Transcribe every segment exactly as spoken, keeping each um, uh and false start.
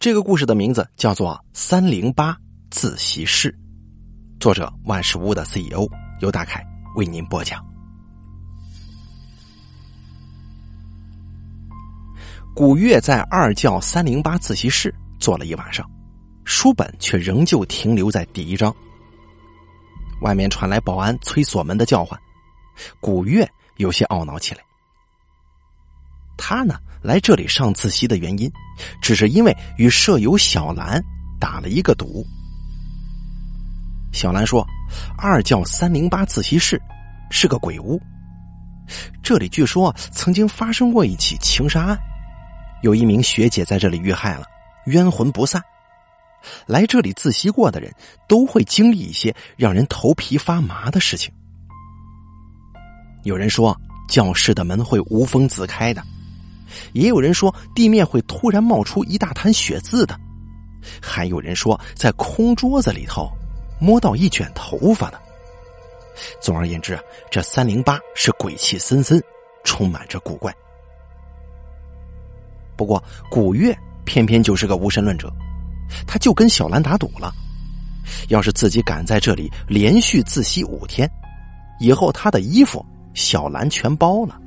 这个故事的名字叫做《三零八自习室》，作者万事屋的 C E O 由大凯为您播讲。古月在二教三零八自习室坐了一晚上，书本却仍旧停留在第一章。外面传来保安催锁门的叫唤，古月有些懊恼起来。他呢，来这里上自习的原因，只是因为与舍友小兰打了一个赌。小兰说，二教三零八自习室是个鬼屋，这里据说曾经发生过一起情杀案，有一名学姐在这里遇害了，冤魂不散。来这里自习过的人都会经历一些让人头皮发麻的事情。有人说教室的门会无风自开的，也有人说地面会突然冒出一大滩血渍的，还有人说在空桌子里头摸到一卷头发的。总而言之，这三零八是鬼气森森，充满着古怪。不过古月偏偏就是个无神论者，他就跟小兰打赌了，要是自己敢在这里连续自习五天，以后他的衣服小兰全包了。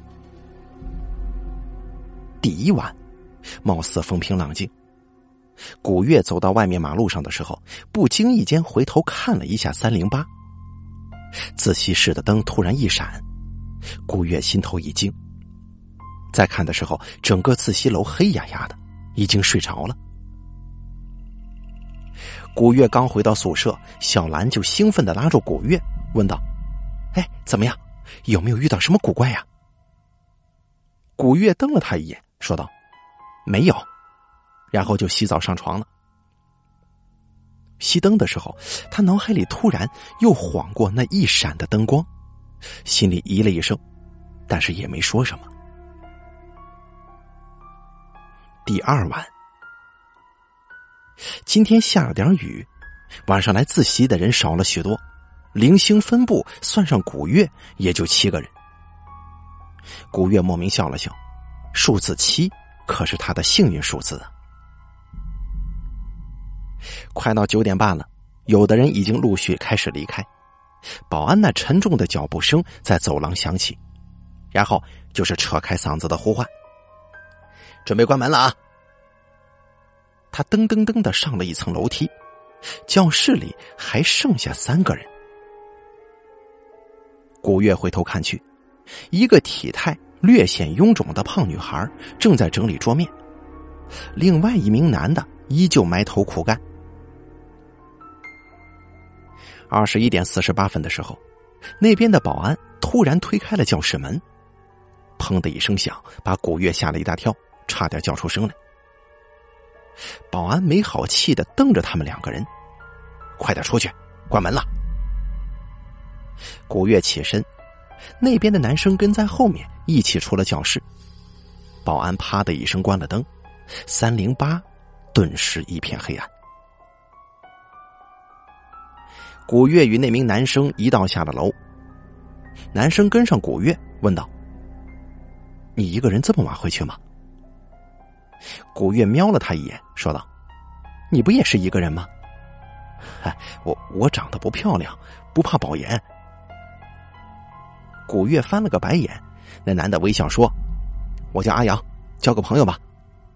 第一晚貌似风平浪静，古月走到外面马路上的时候，不经意间回头看了一下三零八，自习室的灯突然一闪，古月心头一惊，再看的时候，整个自习楼黑压压的，已经睡着了。古月刚回到宿舍，小兰就兴奋地拉住古月问道，哎，怎么样，有没有遇到什么古怪呀？古月瞪了他一眼说道，没有，然后就洗澡上床了。熄灯的时候，他脑海里突然又晃过那一闪的灯光，心里咦了一声，但是也没说什么。第二晚，今天下了点雨，晚上来自习的人少了许多，零星分布算上古月也就七个人。古月莫名笑了笑，数字七可是他的幸运数字啊。快到九点半了，有的人已经陆续开始离开，保安那沉重的脚步声在走廊响起，然后就是扯开嗓子的呼唤，准备关门了啊。他噔噔噔地上了一层楼梯，教室里还剩下三个人。古月回头看去，一个体态略显臃肿的胖女孩正在整理桌面，另外一名男的依旧埋头苦干。二十一点四十八分的时候，那边的保安突然推开了教室门，砰的一声响，把古月吓了一大跳，差点叫出声来。保安没好气地瞪着他们两个人，快点出去，关门了。古月起身，那边的男生跟在后面一起出了教室。保安啪的一声关了灯，三零八顿时一片黑暗。古月与那名男生一道下了楼，男生跟上古月问道，你一个人这么晚回去吗？古月瞄了他一眼说道，你不也是一个人吗？哎，我我长得不漂亮，不怕保研。古月翻了个白眼，那男的微笑说，我叫阿阳，交个朋友吧。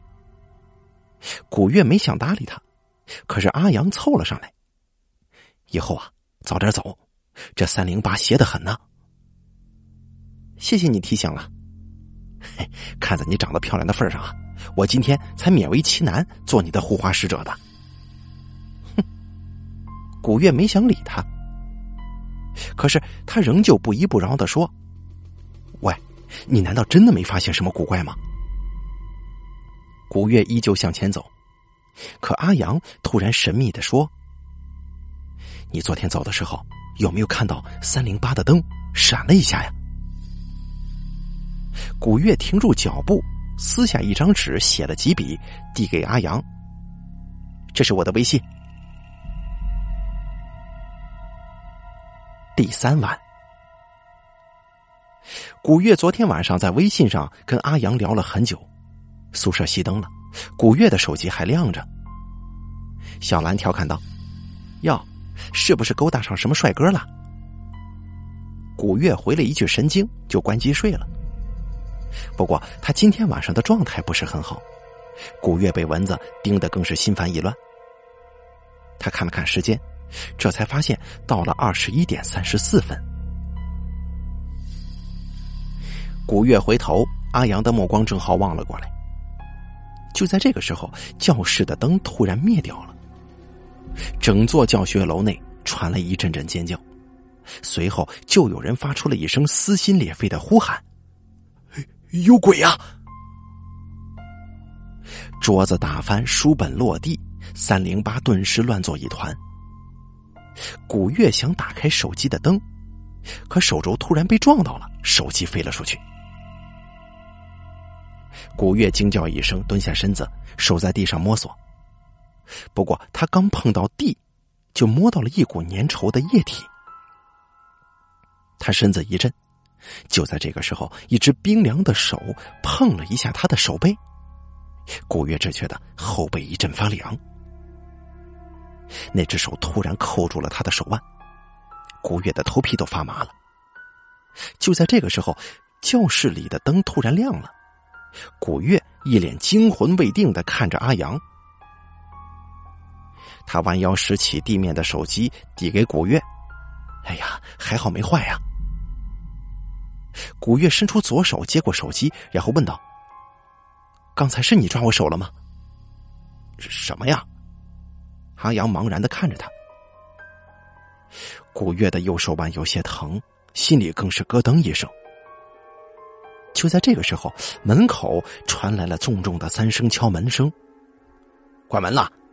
古月没想搭理他，可是阿阳凑了上来，以后啊早点走，这三零八邪得很呢。谢谢你提醒了，嘿，看在你长得漂亮的份上啊，我今天才勉为其难做你的护花使者的。哼，古月没想理他，可是他仍旧不依不饶地说，喂，你难道真的没发现什么古怪吗？古月依旧向前走，可阿阳突然神秘地说，你昨天走的时候有没有看到三零八的灯闪了一下呀？古月停住脚步，撕下一张纸写了几笔递给阿阳，这是我的微信。第三晚，古月昨天晚上在微信上跟阿阳聊了很久， 宿舍熄灯了，古月的手机还亮着。小兰调侃道：“哟，是不是勾搭上什么帅哥了？”古月回了一句神经，就关机睡了。不过他今天晚上的状态不是很好，古月被蚊子叮得更是心烦意乱。他看了看时间，这才发现到了二十一点三十四分。古月回头，阿阳的目光正好望了过来。就在这个时候，教室的灯突然灭掉了，整座教学楼内传来一阵阵尖叫，随后就有人发出了一声撕心裂肺的呼喊：“有鬼啊！”桌子打翻，书本落地，三零八顿时乱作一团。古月想打开手机的灯，可手肘突然被撞到了，手机飞了出去。古月惊叫一声，蹲下身子，手在地上摸索。不过他刚碰到地，就摸到了一股粘稠的液体。他身子一震，就在这个时候，一只冰凉的手碰了一下他的手背。古月只觉得后背一阵发凉，那只手突然扣住了他的手腕，古月的头皮都发麻了。就在这个时候，教室里的灯突然亮了，古月一脸惊魂未定地看着阿阳。他弯腰拾起地面的手机递给古月：“哎呀，还好没坏呀。”古月伸出左手接过手机，然后问道：“刚才是你抓我手了吗？”“什么呀？”阿阳茫然地看着他。古月的右手腕有些疼，心里更是咯噔一声。就在这个时候，门口传来了重重的三声敲门声。“关门了！”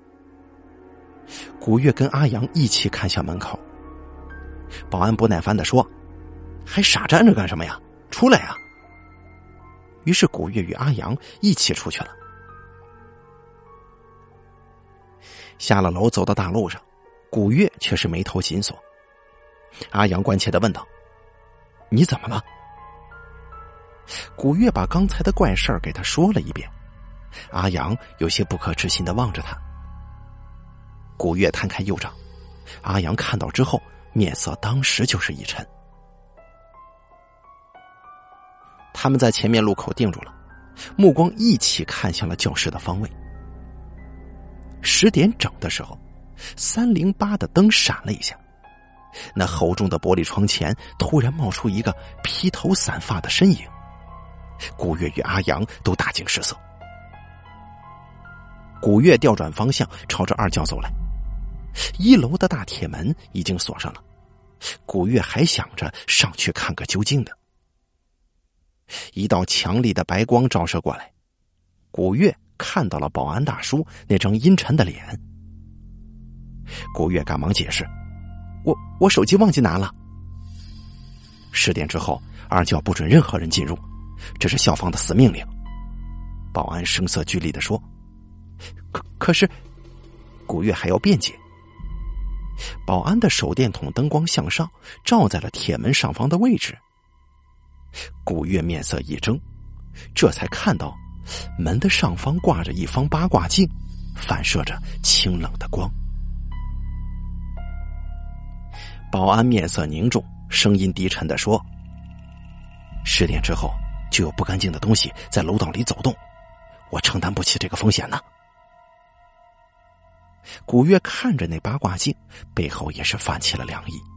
古月跟阿阳一起看向门口。保安不耐烦地说：“还傻站着干什么呀？出来呀！”于是古月与阿阳一起出去了。下了楼，走到大路上，古月却是眉头紧锁。阿阳关切地问道：“你怎么了？”古月把刚才的怪事儿给他说了一遍。阿阳有些不可置信地望着他。古月摊开右掌，阿阳看到之后，面色当时就是一沉。他们在前面路口定住了，目光一起看向了教室的方位。十点整的时候，三零八的灯闪了一下，那厚重的玻璃窗前突然冒出一个披头散发的身影。古月与阿阳都大惊失色。古月调转方向，朝着二教走来。一楼的大铁门已经锁上了，古月还想着上去看个究竟的。一道强力的白光照射过来，古月看到了保安大叔那张阴沉的脸。古月赶忙解释：“我我手机忘记拿了。”十点之后，二教不准任何人进入，这是校方的死命令。保安声色俱厉地说。可可是，古月还要辩解。保安的手电筒灯光向上，照在了铁门上方的位置。古月面色一怔，这才看到门的上方挂着一方八卦镜，反射着清冷的光。保安面色凝重，声音低沉地说：“十点之后就有不干净的东西在楼道里走动，我承担不起这个风险呢。”古月看着那八卦镜，背后也是泛起了凉意。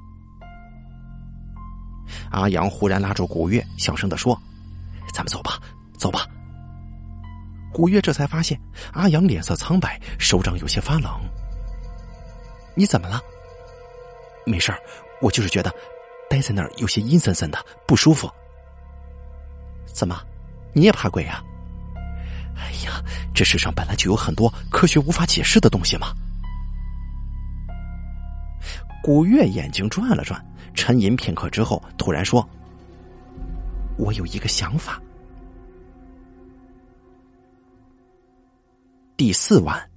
阿阳忽然拉住古月，小声地说：“咱们走吧，走吧。”古月这才发现阿阳脸色苍白，手掌有些发冷。“你怎么了？”“没事儿，我就是觉得待在那儿有些阴森森的，不舒服。”“怎么，你也怕鬼啊？”“哎呀，这世上本来就有很多科学无法解释的东西嘛。”古月眼睛转了转，沉吟片刻之后，突然说：“我有一个想法。”第四晚，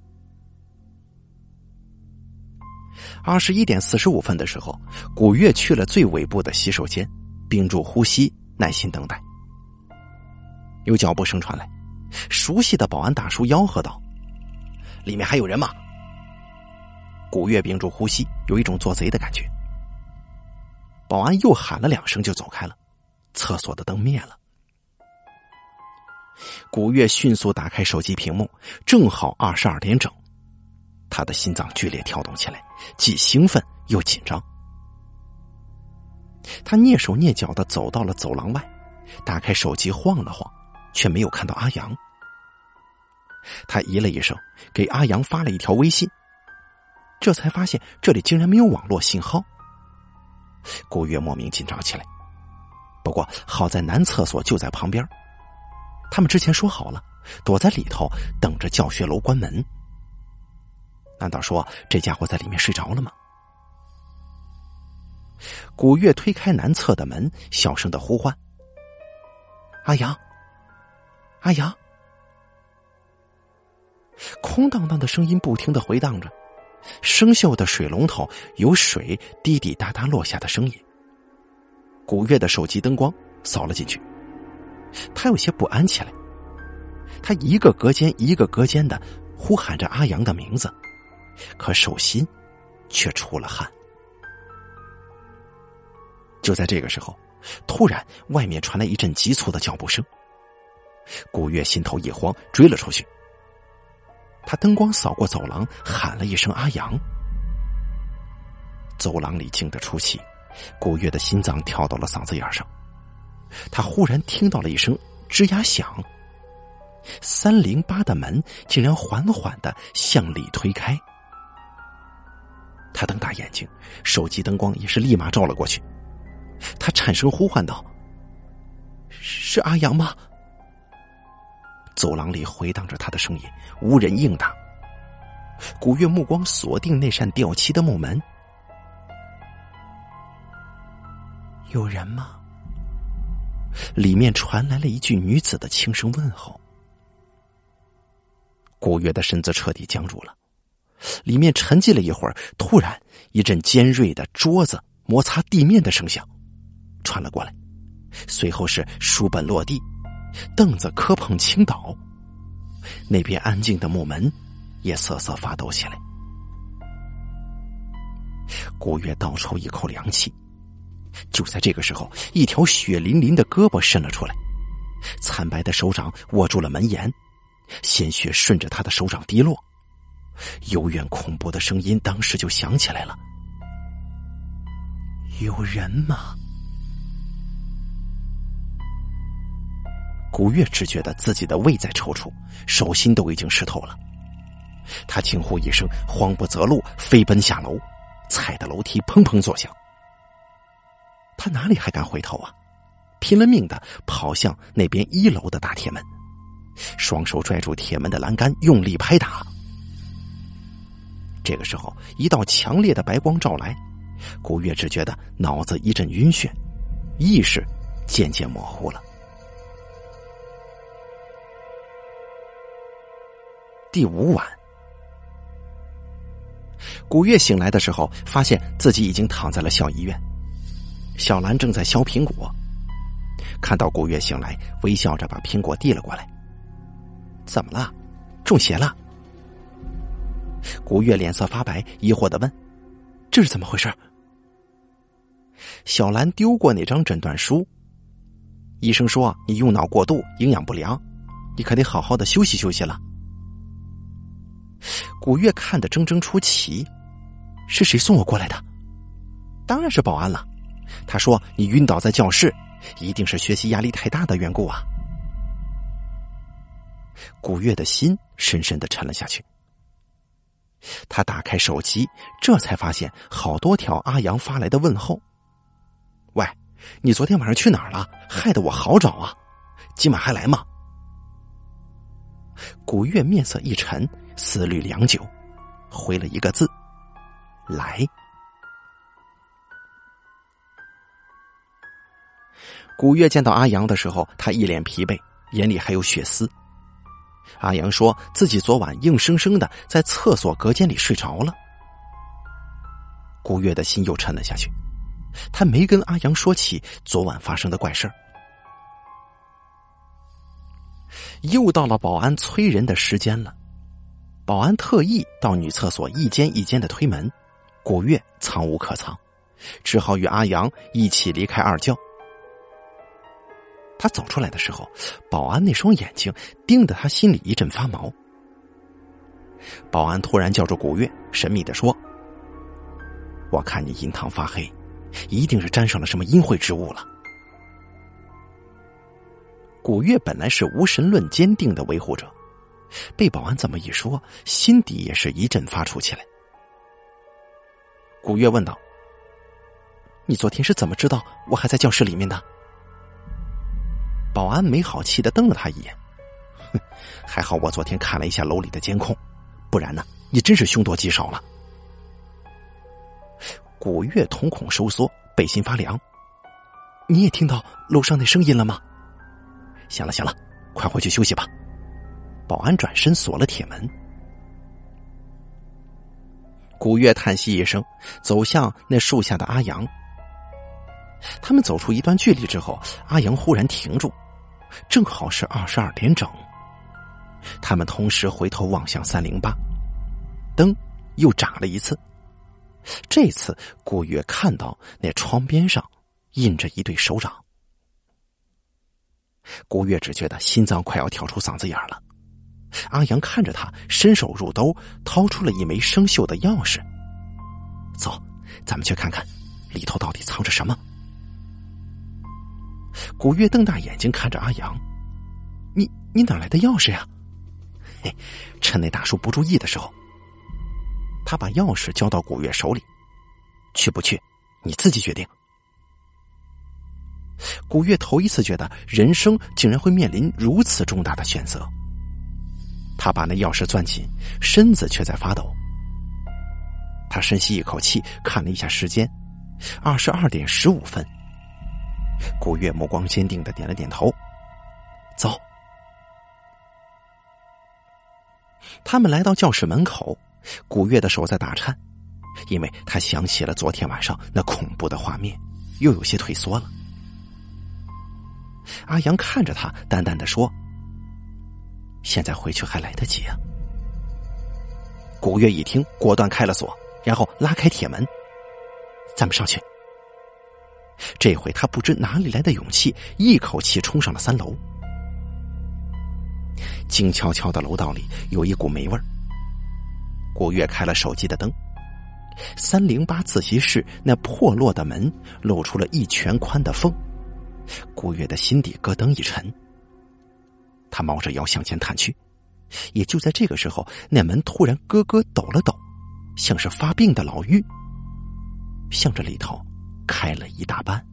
二十一点四十五分的时候，古月去了最尾部的洗手间，屏住呼吸，耐心等待。有脚步声传来， 熟悉的保安大叔吆喝道：“里面还有人吗？”古月屏住呼吸，有一种做贼的感觉。保安又喊了两声就走开了，厕所的灯灭了。古月迅速打开手机屏幕，正好二十二点整。他的心脏剧烈跳动起来，既兴奋又紧张。他蹑手蹑脚地走到了走廊外，打开手机晃了晃，却没有看到阿阳。他咦了一声，给阿阳发了一条微信，这才发现这里竟然没有网络信号。古月莫名紧张起来，不过好在男厕所就在旁边，他们之前说好了躲在里头等着教学楼关门。难道说这家伙在里面睡着了吗？古月推开男厕的门，小声的呼唤：“阿阳，阿阳！”空荡荡的声音不停的回荡着，生锈的水龙头有水滴滴答答落下的声音。古月的手机灯光扫了进去，他有些不安起来。他一个隔间一个隔间的呼喊着阿阳的名字，可手心却出了汗。就在这个时候，突然外面传来一阵急促的脚步声。古月心头一慌，追了出去。他灯光扫过走廊，喊了一声阿阳。走廊里静得出奇，古月的心脏跳到了嗓子眼上。他忽然听到了一声吱呀响，三零八的门竟然缓缓地向里推开。他瞪大眼睛，手机灯光也是立马照了过去。他颤声呼唤道：“是阿阳吗？”走廊里回荡着他的声音，无人应答。古月目光锁定那扇掉漆的木门，有人吗？里面传来了一句女子的轻声问候。古月的身子彻底僵住了，里面沉寂了一会儿，突然一阵尖锐的桌子摩擦地面的声响传了过来，随后是书本落地，凳子磕碰倾倒，那边安静的木门也瑟瑟发抖起来。古月倒抽一口凉气，就在这个时候，一条血淋淋的胳膊伸了出来，惨白的手掌握住了门沿，鲜血顺着他的手掌滴落。幽怨恐怖的声音当时就响起来了：“有人吗？”古月只觉得自己的胃在抽搐，手心都已经湿透了。他惊呼一声，慌不择路，飞奔下楼，踩的楼梯砰砰作响。他哪里还敢回头啊，拼了命的跑向那边一楼的大铁门，双手拽住铁门的栏杆，用力拍打。这个时候，一道强烈的白光照来，古月只觉得脑子一阵晕眩，意识渐渐模糊了。第五晚，古月醒来的时候，发现自己已经躺在了校医院。小兰正在削苹果，看到古月醒来，微笑着把苹果递了过来。怎么了？中邪了？古月脸色发白，疑惑地问：“这是怎么回事？”小兰丢过那张诊断书，医生说你用脑过度，营养不良，你可得好好的休息休息了。古月看得怔怔出奇，是谁送我过来的？当然是保安了，他说你晕倒在教室，一定是学习压力太大的缘故啊。古月的心深深地沉了下去。他打开手机，这才发现好多条阿阳发来的问候。喂，你昨天晚上去哪儿了？害得我好找啊，今晚还来吗？古月面色一沉，思虑良久，回了一个字：来。古月见到阿阳的时候，他一脸疲惫，眼里还有血丝。阿阳说自己昨晚硬生生的在厕所隔间里睡着了。古月的心又沉了下去，他没跟阿阳说起昨晚发生的怪事儿。 又到了保安催人的时间了。保安特意到女厕所一间一间的推门，古月藏无可藏，只好与阿阳一起离开二教。他走出来的时候，保安那双眼睛盯得他心里一阵发毛。保安突然叫住古月，神秘地说：我看你印堂发黑，一定是沾上了什么阴晦之物了。古月本来是无神论坚定的维护者，被保安这么一说，心底也是一阵发怵起来。古月问道：你昨天是怎么知道我还在教室里面的？保安没好气地瞪了他一眼，哼，还好我昨天看了一下楼里的监控，不然呢，你真是凶多吉少了。古月瞳孔收缩，背心发凉。你也听到楼上那声音了吗？行了行了，快回去休息吧。保安转身锁了铁门。古月叹息一声，走向那树下的阿阳。他们走出一段距离之后，阿阳忽然停住，正好是二十二点整。他们同时回头望向三零八，灯又眨了一次。这次古月看到那窗边上印着一对手掌。古月只觉得心脏快要跳出嗓子眼了。阿阳看着他，伸手入兜，掏出了一枚生锈的钥匙。走，咱们去看看里头到底藏着什么。古月瞪大眼睛看着阿阳：你你哪来的钥匙呀？嘿，趁那大叔不注意的时候。他把钥匙交到古月手里，去不去你自己决定。古月头一次觉得人生竟然会面临如此重大的选择。他把那钥匙攥紧，身子却在发抖。他深吸一口气，看了一下时间，二十二点十五分。古月目光坚定地点了点头，走。他们来到教室门口，古月的手在打颤，因为他想起了昨天晚上那恐怖的画面，又有些退缩了。阿阳看着他，淡淡地说：现在回去还来得及啊。古月一听，果断开了锁，然后拉开铁门：咱们上去。这回他不知哪里来的勇气，一口气冲上了三楼。静悄悄的楼道里有一股霉味儿。古月开了手机的灯，三零八自习室那破落的门露出了一拳宽的缝。古月的心底咯噔一沉，他猫着腰向前探去。也就在这个时候，那门突然咯咯抖了抖，像是发病的老妪，向着里头开了一大半。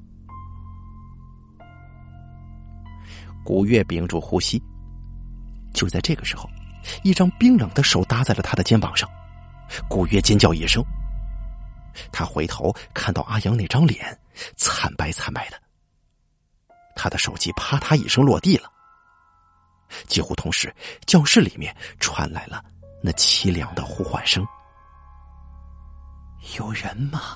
古月屏住呼吸。就在这个时候，一张冰冷的手搭在了他的肩膀上。古月尖叫一声，他回头看到阿阳那张脸惨白惨白的。他的手机啪嗒一声落地了。几乎同时，教室里面传来了那凄凉的呼唤声：有人吗？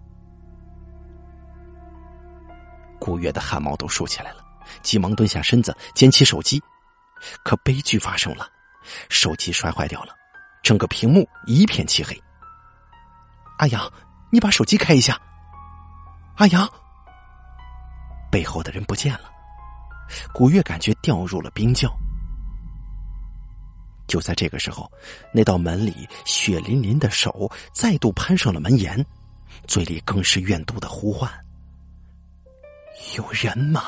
古月的汗毛都竖起来了，急忙蹲下身子捡起手机。可悲剧发生了，手机摔坏掉了，整个屏幕一片漆黑。阿阳，你把手机开一下。阿阳，背后的人不见了。古月感觉掉入了冰窖。就在这个时候，那道门里血淋淋的手再度攀上了门沿，嘴里更是怨毒的呼唤：有人吗？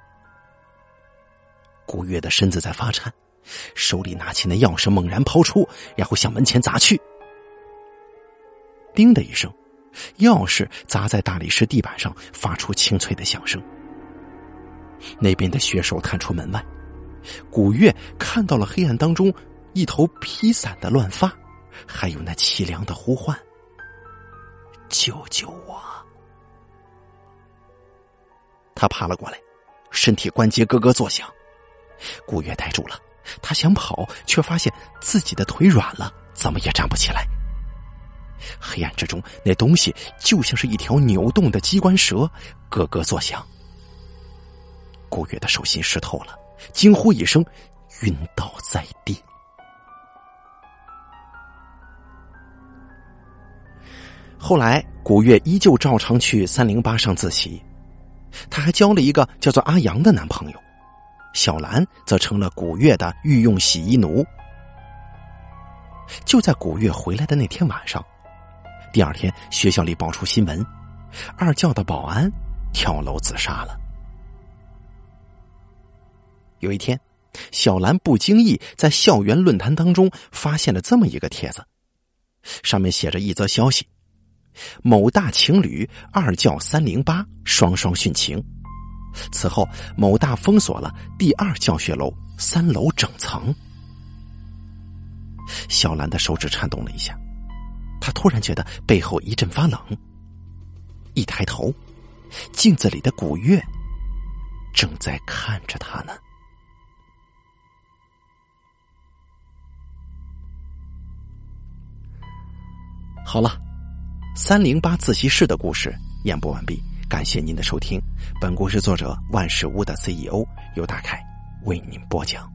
古月的身子在发颤，手里拿起那钥匙猛然抛出，然后向门前砸去。叮的一声，钥匙砸在大理石地板上，发出清脆的响声。那边的血手探出门外，古月看到了黑暗当中一头披散的乱发，还有那凄凉的呼唤：救救我！他爬了过来，身体关节咯咯作响。古月呆住了，他想跑，却发现自己的腿软了，怎么也站不起来。黑暗之中，那东西就像是一条扭动的机关蛇，咯咯作响。古月的手心湿透了，惊呼一声， 晕倒在地。后来古月依旧照常去三零八上自习，她还交了一个叫做阿阳的男朋友，小兰则成了古月的御用洗衣奴。就在古月回来的那天晚上，第二天学校里爆出新闻，二教的保安跳楼自杀了。有一天，小兰不经意在校园论坛当中发现了这么一个帖子，上面写着一则消息：某大情侣二教三零八双双殉情，此后某大封锁了第二教学楼三楼整层。小兰的手指颤动了一下，她突然觉得背后一阵发冷，一抬头，镜子里的古月正在看着她呢。好了，三零八自习室的故事演播完毕，感谢您的收听。本故事作者万事屋的 C E O 由大凯为您播讲。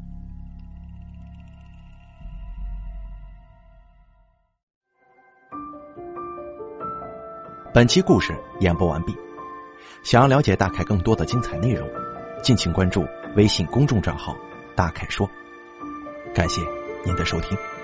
本期故事演播完毕，想要了解大凯更多的精彩内容，敬请关注微信公众账号大凯说。感谢您的收听。